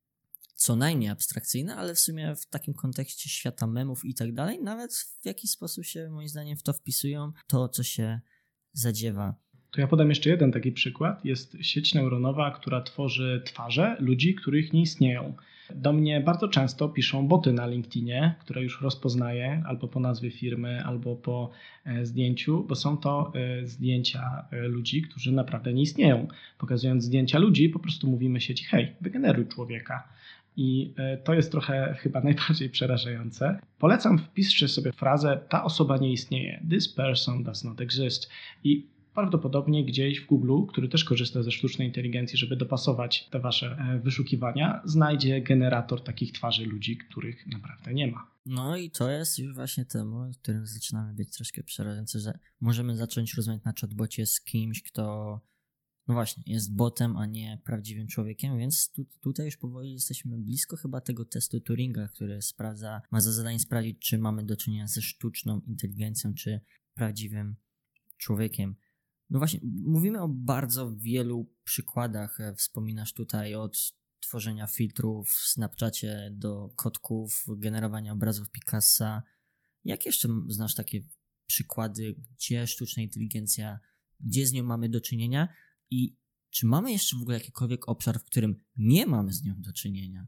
co najmniej abstrakcyjne, ale w sumie w takim kontekście świata memów i tak dalej, nawet w jakiś sposób się moim zdaniem w to wpisują, to co się zadziewa. To ja podam jeszcze jeden taki przykład. Jest sieć neuronowa, która tworzy twarze ludzi, których nie istnieją. Do mnie bardzo często piszą boty na LinkedInie, które już rozpoznaję albo po nazwie firmy, albo po zdjęciu, bo są to zdjęcia ludzi, którzy naprawdę nie istnieją. Pokazując zdjęcia ludzi, po prostu mówimy sieci: hej, wygeneruj człowieka. I to jest trochę chyba najbardziej przerażające. Polecam, wpiszcie sobie frazę: ta osoba nie istnieje. This person does not exist. I prawdopodobnie gdzieś w Google, który też korzysta ze sztucznej inteligencji, żeby dopasować te wasze wyszukiwania, znajdzie generator takich twarzy ludzi, których naprawdę nie ma. No i to jest już właśnie temat, w którym zaczynamy być troszkę przerażający, że możemy zacząć rozmawiać na chatbocie z kimś, kto no właśnie jest botem, a nie prawdziwym człowiekiem, więc tu, tutaj już powoli jesteśmy blisko chyba tego testu Turinga, który sprawdza, ma za zadanie sprawdzić, czy mamy do czynienia ze sztuczną inteligencją, czy prawdziwym człowiekiem. No właśnie, mówimy o bardzo wielu przykładach. Wspominasz tutaj od tworzenia filtrów w Snapchacie do kotków, generowania obrazów Picassa. Jak jeszcze znasz takie przykłady, gdzie sztuczna inteligencja, gdzie z nią mamy do czynienia i czy mamy jeszcze w ogóle jakikolwiek obszar, w którym nie mamy z nią do czynienia?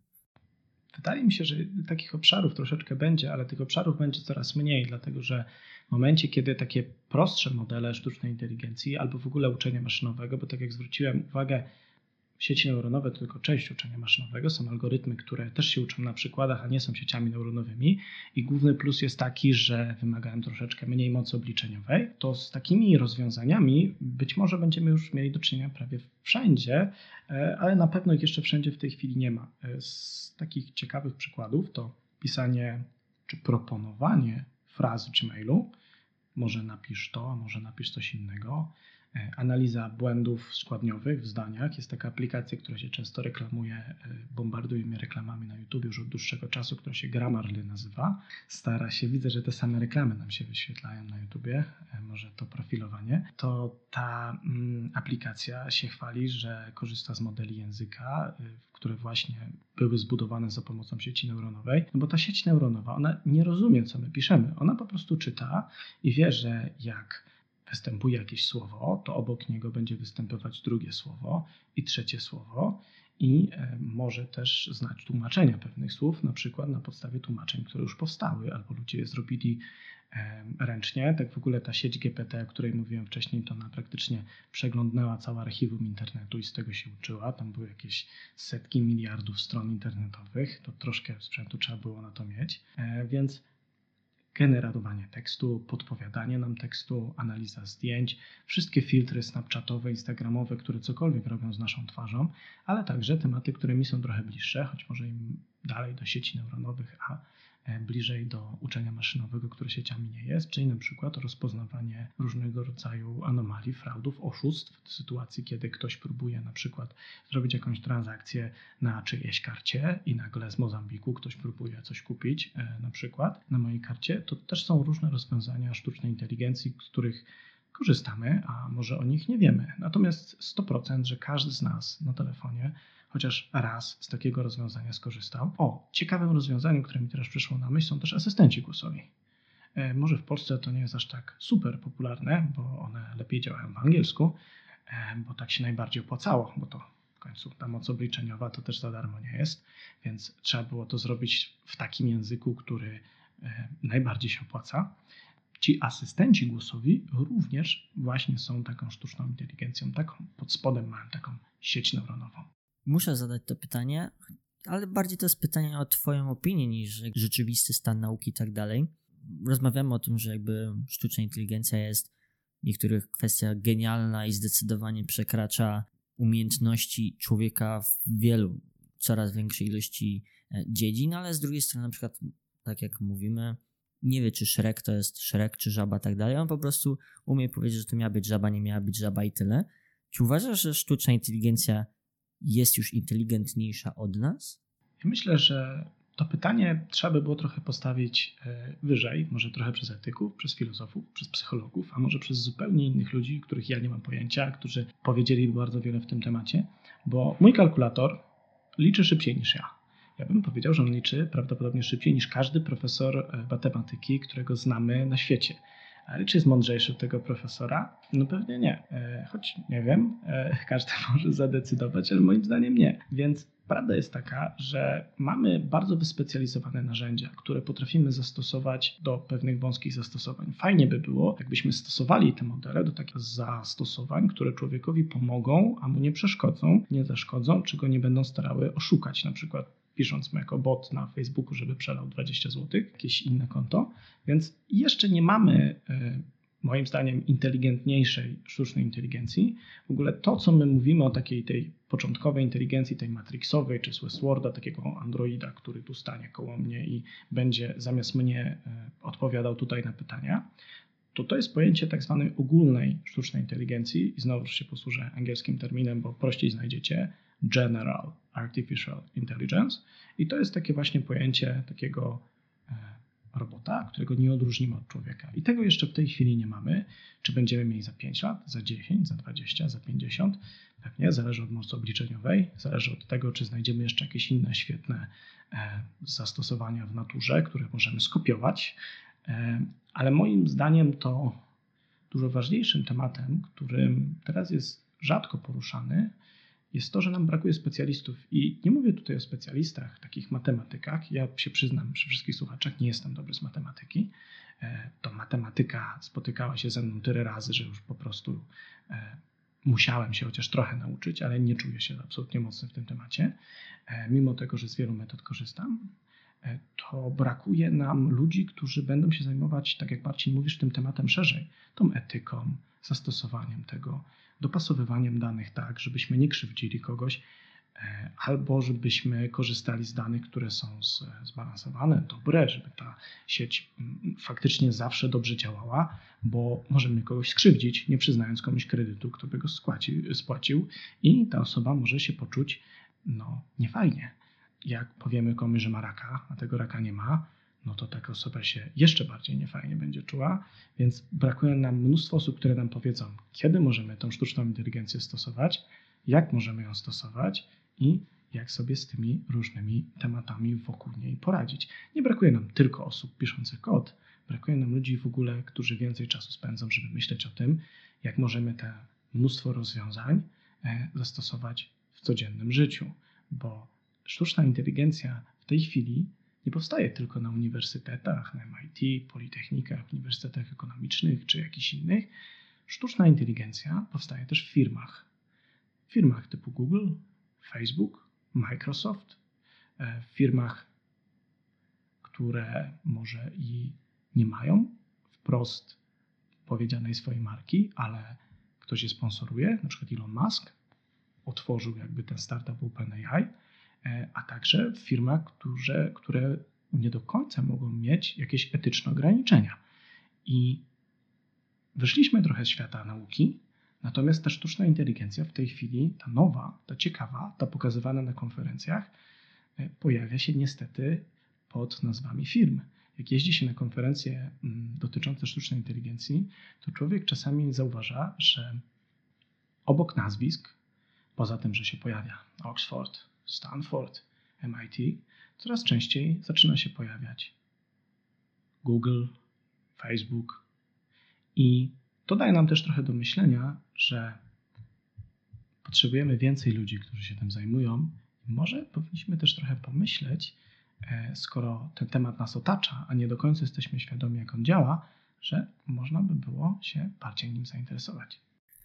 Wydaje mi się, że takich obszarów troszeczkę będzie, ale tych obszarów będzie coraz mniej, dlatego że w momencie, kiedy takie prostsze modele sztucznej inteligencji albo w ogóle uczenia maszynowego, bo tak jak zwróciłem uwagę, sieci neuronowe to tylko część uczenia maszynowego, są algorytmy, które też się uczą na przykładach, a nie są sieciami neuronowymi i główny plus jest taki, że wymagają troszeczkę mniej mocy obliczeniowej, to z takimi rozwiązaniami być może będziemy już mieli do czynienia prawie wszędzie, ale na pewno ich jeszcze wszędzie w tej chwili nie ma. Z takich ciekawych przykładów to pisanie czy proponowanie frazy czy mailu, może napisz to, a może napisz coś innego. Analiza błędów składniowych w zdaniach. Jest taka aplikacja, która się często reklamuje, bombarduje mnie reklamami na YouTube już od dłuższego czasu, która się Grammarly nazywa. Stara się, widzę, że te same reklamy nam się wyświetlają na YouTubie, może to profilowanie. To ta mm, aplikacja się chwali, że korzysta z modeli języka, które właśnie były zbudowane za pomocą sieci neuronowej, no bo ta sieć neuronowa, ona nie rozumie, co my piszemy. Ona po prostu czyta i wie, że jak występuje jakieś słowo, to obok niego będzie występować drugie słowo i trzecie słowo i może też znać tłumaczenia pewnych słów, na przykład na podstawie tłumaczeń, które już powstały albo ludzie je zrobili ręcznie. Tak w ogóle ta sieć G P T, o której mówiłem wcześniej, to ona praktycznie przeglądnęła całe archiwum internetu i z tego się uczyła. Tam były jakieś setki miliardów stron internetowych, to troszkę sprzętu trzeba było na to mieć, więc generowanie tekstu, podpowiadanie nam tekstu, analiza zdjęć, wszystkie filtry snapchatowe, instagramowe, które cokolwiek robią z naszą twarzą, ale także tematy, które mi są trochę bliższe, choć może im dalej do sieci neuronowych, a bliżej do uczenia maszynowego, które sieciami nie jest, czyli na przykład rozpoznawanie różnego rodzaju anomalii, fraudów, oszustw w sytuacji, kiedy ktoś próbuje na przykład zrobić jakąś transakcję na czyjejś karcie i nagle z Mozambiku ktoś próbuje coś kupić na przykład na mojej karcie, to też są różne rozwiązania sztucznej inteligencji, z których korzystamy, a może o nich nie wiemy. Natomiast sto procent, że każdy z nas na telefonie chociaż raz z takiego rozwiązania skorzystał. O, ciekawym rozwiązaniem, które mi teraz przyszło na myśl, są też asystenci głosowi. E, może w Polsce to nie jest aż tak super popularne, bo one lepiej działają w angielsku, e, bo tak się najbardziej opłacało, bo to w końcu ta moc obliczeniowa to też za darmo nie jest, więc trzeba było to zrobić w takim języku, który e, najbardziej się opłaca. Ci asystenci głosowi również właśnie są taką sztuczną inteligencją, taką pod spodem mają taką sieć neuronową. Muszę zadać to pytanie, ale bardziej to jest pytanie o twoją opinię niż rzeczywisty stan nauki i tak dalej. Rozmawiamy o tym, że jakby sztuczna inteligencja jest w niektórych kwestiach genialna i zdecydowanie przekracza umiejętności człowieka w wielu, coraz większej ilości dziedzin, ale z drugiej strony na przykład, tak jak mówimy, nie wie, czy Shrek to jest Shrek, czy żaba, tak dalej. On po prostu umie powiedzieć, że to miała być żaba, nie miała być żaba i tyle. Czy uważasz, że sztuczna inteligencja jest już inteligentniejsza od nas? Ja myślę, że to pytanie trzeba by było trochę postawić wyżej, może trochę przez etyków, przez filozofów, przez psychologów, a może przez zupełnie innych ludzi, których ja nie mam pojęcia, którzy powiedzieliby bardzo wiele w tym temacie, bo mój kalkulator liczy szybciej niż ja. Ja bym powiedział, że on liczy prawdopodobnie szybciej niż każdy profesor matematyki, którego znamy na świecie. Ale czy jest mądrzejszy od tego profesora? No pewnie nie. Choć nie wiem, każdy może zadecydować, ale moim zdaniem nie. Więc prawda jest taka, że mamy bardzo wyspecjalizowane narzędzia, które potrafimy zastosować do pewnych wąskich zastosowań. Fajnie by było, jakbyśmy stosowali te modele do takich zastosowań, które człowiekowi pomogą, a mu nie przeszkodzą, nie zaszkodzą, czy go nie będą starały oszukać, na przykład pisząc mu jako bot na Facebooku, żeby przelał dwadzieścia złotych, jakieś inne konto. Więc jeszcze nie mamy, moim zdaniem, inteligentniejszej sztucznej inteligencji. W ogóle to, co my mówimy o takiej tej początkowej inteligencji, tej matrixowej, czy z Westworlda, takiego androida, który tu stanie koło mnie i będzie zamiast mnie odpowiadał tutaj na pytania, to to jest pojęcie tak zwanej ogólnej sztucznej inteligencji i znowu się posłużę angielskim terminem, bo prościej znajdziecie General Artificial Intelligence i to jest takie właśnie pojęcie takiego robota, którego nie odróżnimy od człowieka. I tego jeszcze w tej chwili nie mamy. Czy będziemy mieli za pięć lat, za dziesięć, za dwadzieścia, za pięćdziesiąt? Pewnie, zależy od mocy obliczeniowej, zależy od tego, czy znajdziemy jeszcze jakieś inne świetne zastosowania w naturze, które możemy skopiować. Ale moim zdaniem to dużo ważniejszym tematem, którym teraz jest rzadko poruszany, jest to, że nam brakuje specjalistów. I nie mówię tutaj o specjalistach, takich matematykach. Ja się przyznam przy wszystkich słuchaczach, nie jestem dobry z matematyki. To matematyka spotykała się ze mną tyle razy, że już po prostu musiałem się chociaż trochę nauczyć, ale nie czuję się absolutnie mocny w tym temacie. Mimo tego, że z wielu metod korzystam, to brakuje nam ludzi, którzy będą się zajmować, tak jak Marcin mówisz, tym tematem szerzej, tą etyką, zastosowaniem tego, dopasowywaniem danych tak, żebyśmy nie krzywdzili kogoś, albo żebyśmy korzystali z danych, które są zbalansowane, dobre, żeby ta sieć faktycznie zawsze dobrze działała, bo możemy kogoś skrzywdzić, nie przyznając komuś kredytu, kto by go spłacił, spłacił i ta osoba może się poczuć no, niefajnie. Jak powiemy komuś, że ma raka, a tego raka nie ma, no to taka osoba się jeszcze bardziej niefajnie będzie czuła, więc brakuje nam mnóstwo osób, które nam powiedzą, kiedy możemy tą sztuczną inteligencję stosować, jak możemy ją stosować i jak sobie z tymi różnymi tematami wokół niej poradzić. Nie brakuje nam tylko osób piszących kod, brakuje nam ludzi w ogóle, którzy więcej czasu spędzą, żeby myśleć o tym, jak możemy te mnóstwo rozwiązań zastosować w codziennym życiu, bo sztuczna inteligencja w tej chwili nie powstaje tylko na uniwersytetach, na M I T, politechnikach, uniwersytetach ekonomicznych czy jakichś innych. Sztuczna inteligencja powstaje też w firmach. W firmach typu Google, Facebook, Microsoft, w firmach, które może i nie mają wprost powiedzianej swojej marki, ale ktoś je sponsoruje, na przykład Elon Musk otworzył jakby ten startup OpenAI, a tak także w firmach, które, które nie do końca mogą mieć jakieś etyczne ograniczenia. I wyszliśmy trochę z świata nauki, natomiast ta sztuczna inteligencja w tej chwili, ta nowa, ta ciekawa, ta pokazywana na konferencjach, pojawia się niestety pod nazwami firm. Jak jeździ się na konferencje dotyczące sztucznej inteligencji, to człowiek czasami zauważa, że obok nazwisk, poza tym, że się pojawia Oxford, Stanford, M I T, coraz częściej zaczyna się pojawiać Google, Facebook. I to daje nam też trochę do myślenia, że potrzebujemy więcej ludzi, którzy się tym zajmują. I może powinniśmy też trochę pomyśleć, skoro ten temat nas otacza, a nie do końca jesteśmy świadomi, jak on działa, że można by było się bardziej nim zainteresować.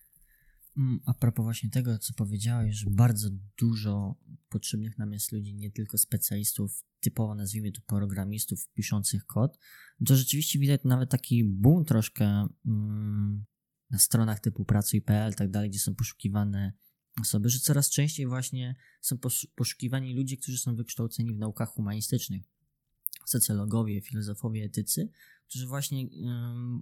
A propos właśnie tego, co powiedziałeś, że bardzo dużo potrzebnych nam jest ludzi, nie tylko specjalistów, typowo nazwijmy to programistów piszących kod, to rzeczywiście widać nawet taki boom troszkę mm, na stronach typu pracuj kropka p l i tak dalej, gdzie są poszukiwane osoby, że coraz częściej właśnie są poszukiwani ludzie, którzy są wykształceni w naukach humanistycznych, socjologowie, filozofowie, etycy, którzy właśnie ym,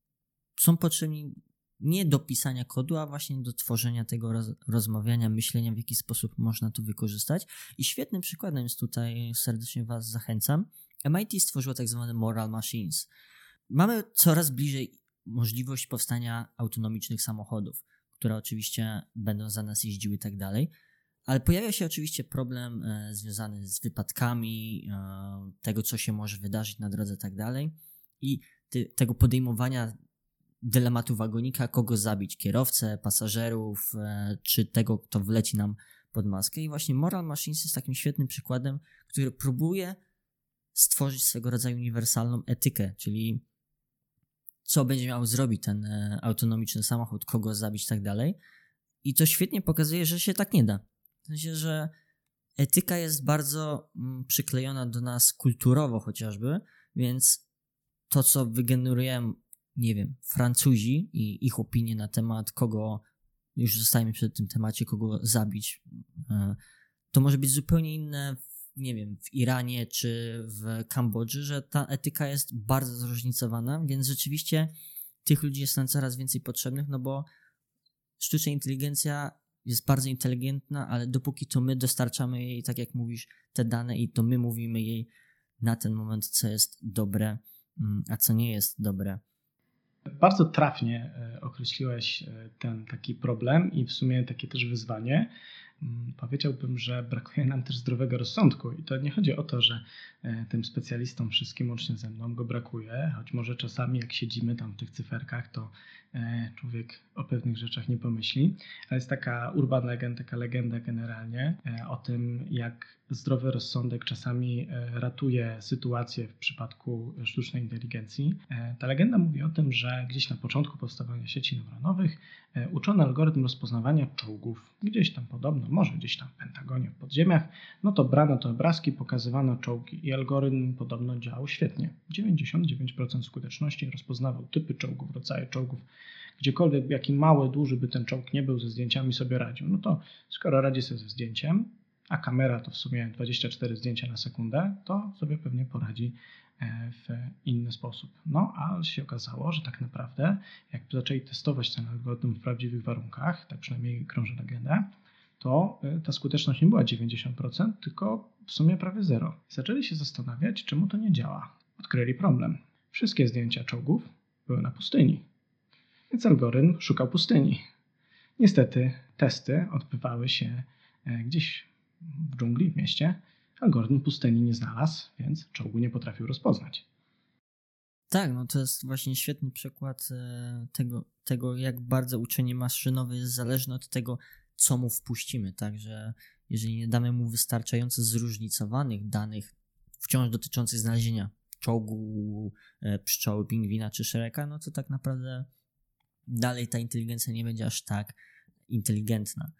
są potrzebni nie do pisania kodu, a właśnie do tworzenia tego roz, rozmawiania, myślenia, w jaki sposób można to wykorzystać. I świetnym przykładem jest tutaj, serdecznie Was zachęcam, M I T stworzyło tak zwane Moral Machines. Mamy coraz bliżej możliwość powstania autonomicznych samochodów, które oczywiście będą za nas jeździły i tak dalej, ale pojawia się oczywiście problem e, związany z wypadkami, e, tego, co się może wydarzyć na drodze i tak dalej i ty, tego podejmowania dylematu wagonika, kogo zabić, kierowcę, pasażerów, e, czy tego, kto wleci nam pod maskę. I właśnie Moral Machines jest takim świetnym przykładem, który próbuje stworzyć swego rodzaju uniwersalną etykę, czyli co będzie miał zrobić ten e, autonomiczny samochód, kogo zabić i tak dalej. I to świetnie pokazuje, że się tak nie da. W sensie, że etyka jest bardzo mm, przyklejona do nas kulturowo chociażby, więc to, co wygenerujemy, nie wiem, Francuzi i ich opinie na temat kogo, już zostajemy przy tym temacie, kogo zabić, e, to może być zupełnie inne nie wiem, w Iranie czy w Kambodży, że ta etyka jest bardzo zróżnicowana, więc rzeczywiście tych ludzi jest nam coraz więcej potrzebnych, no bo sztuczna inteligencja jest bardzo inteligentna, ale dopóki to my dostarczamy jej, tak jak mówisz, te dane i to my mówimy jej na ten moment, co jest dobre, a co nie jest dobre. Bardzo trafnie określiłeś ten taki problem i w sumie takie też wyzwanie. Powiedziałbym, że brakuje nam też zdrowego rozsądku i to nie chodzi o to, że tym specjalistom wszystkim łącznie ze mną go brakuje, choć może czasami jak siedzimy tam w tych cyferkach, to człowiek o pewnych rzeczach nie pomyśli, ale jest taka urban legend, taka legenda generalnie o tym, jak zdrowy rozsądek czasami ratuje sytuację w przypadku sztucznej inteligencji. Ta legenda mówi o tym, że gdzieś na początku powstawania sieci neuronowych uczono algorytm rozpoznawania czołgów. Gdzieś tam podobno, może gdzieś tam w Pentagonie, w podziemiach, no to brano te obrazki, pokazywano czołgi i algorytm podobno działał świetnie. dziewięćdziesiąt dziewięć procent skuteczności rozpoznawał typy czołgów, rodzaje czołgów, gdziekolwiek, jaki mały, duży by ten czołg nie był, ze zdjęciami sobie radził. No to skoro radzi sobie ze zdjęciem, a kamera to w sumie dwadzieścia cztery zdjęcia na sekundę, to sobie pewnie poradzi w inny sposób. No, a się okazało, że tak naprawdę jak zaczęli testować ten algorytm w prawdziwych warunkach, tak przynajmniej krąży legenda, to ta skuteczność nie była dziewięćdziesiąt procent, tylko w sumie prawie zero. Zaczęli się zastanawiać, czemu to nie działa. Odkryli problem. Wszystkie zdjęcia czołgów były na pustyni, więc algorytm szukał pustyni. Niestety testy odbywały się gdzieś w dżungli, w mieście. Algorytm pustyni nie znalazł, więc czołgu nie potrafił rozpoznać. Tak, no to jest właśnie świetny przykład tego, tego jak bardzo uczenie maszynowe jest zależne od tego, co mu wpuścimy, także jeżeli nie damy mu wystarczająco zróżnicowanych danych wciąż dotyczących znalezienia czołgu, pszczoły, pingwina czy szereka, no to tak naprawdę dalej ta inteligencja nie będzie aż tak inteligentna.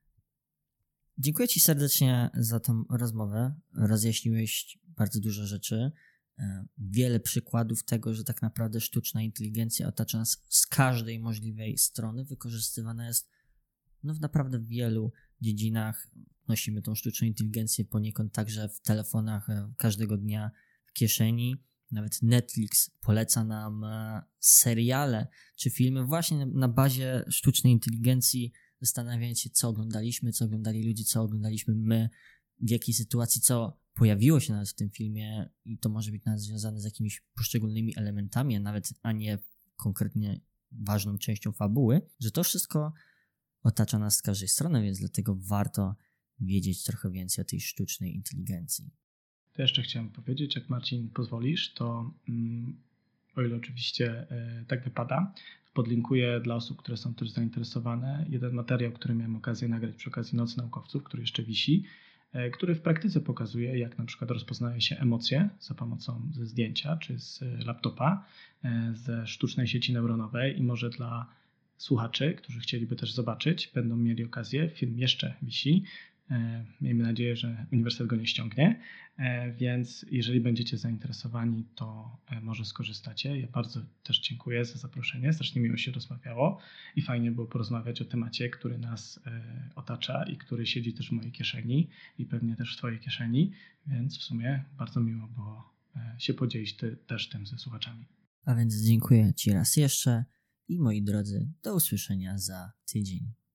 Dziękuję Ci serdecznie za tą rozmowę. Rozjaśniłeś bardzo dużo rzeczy. Wiele przykładów tego, że tak naprawdę sztuczna inteligencja otacza nas z każdej możliwej strony. Wykorzystywana jest no, w naprawdę wielu dziedzinach. nosimy tą sztuczną inteligencję poniekąd także w telefonach każdego dnia w kieszeni. Nawet Netflix poleca nam seriale czy filmy właśnie na bazie sztucznej inteligencji, zastanawiając się, co oglądaliśmy, co oglądali ludzie, co oglądaliśmy my, w jakiej sytuacji, co pojawiło się nawet w tym filmie i to może być nawet związane z jakimiś poszczególnymi elementami, a nawet a nie konkretnie ważną częścią fabuły, że to wszystko otacza nas z każdej strony, więc dlatego warto wiedzieć trochę więcej o tej sztucznej inteligencji. To jeszcze chciałem powiedzieć, jak Marcin pozwolisz, to mm, o ile oczywiście y, tak wypada, podlinkuję dla osób, które są też zainteresowane, jeden materiał, który miałem okazję nagrać przy okazji Nocy Naukowców, który jeszcze wisi, y, który w praktyce pokazuje, jak na przykład rozpoznaje się emocje za pomocą ze zdjęcia czy z laptopa, y, ze sztucznej sieci neuronowej i może dla słuchaczy, którzy chcieliby też zobaczyć, będą mieli okazję, film jeszcze wisi. Miejmy nadzieję, że uniwersytet go nie ściągnie, więc jeżeli będziecie zainteresowani, to może skorzystacie. Ja bardzo też dziękuję za zaproszenie, strasznie miło się rozmawiało i fajnie było porozmawiać o temacie, który nas otacza i który siedzi też w mojej kieszeni i pewnie też w twojej kieszeni, więc w sumie bardzo miło było się podzielić ty, też tym ze słuchaczami. A więc dziękuję Ci raz jeszcze i moi drodzy, do usłyszenia za tydzień.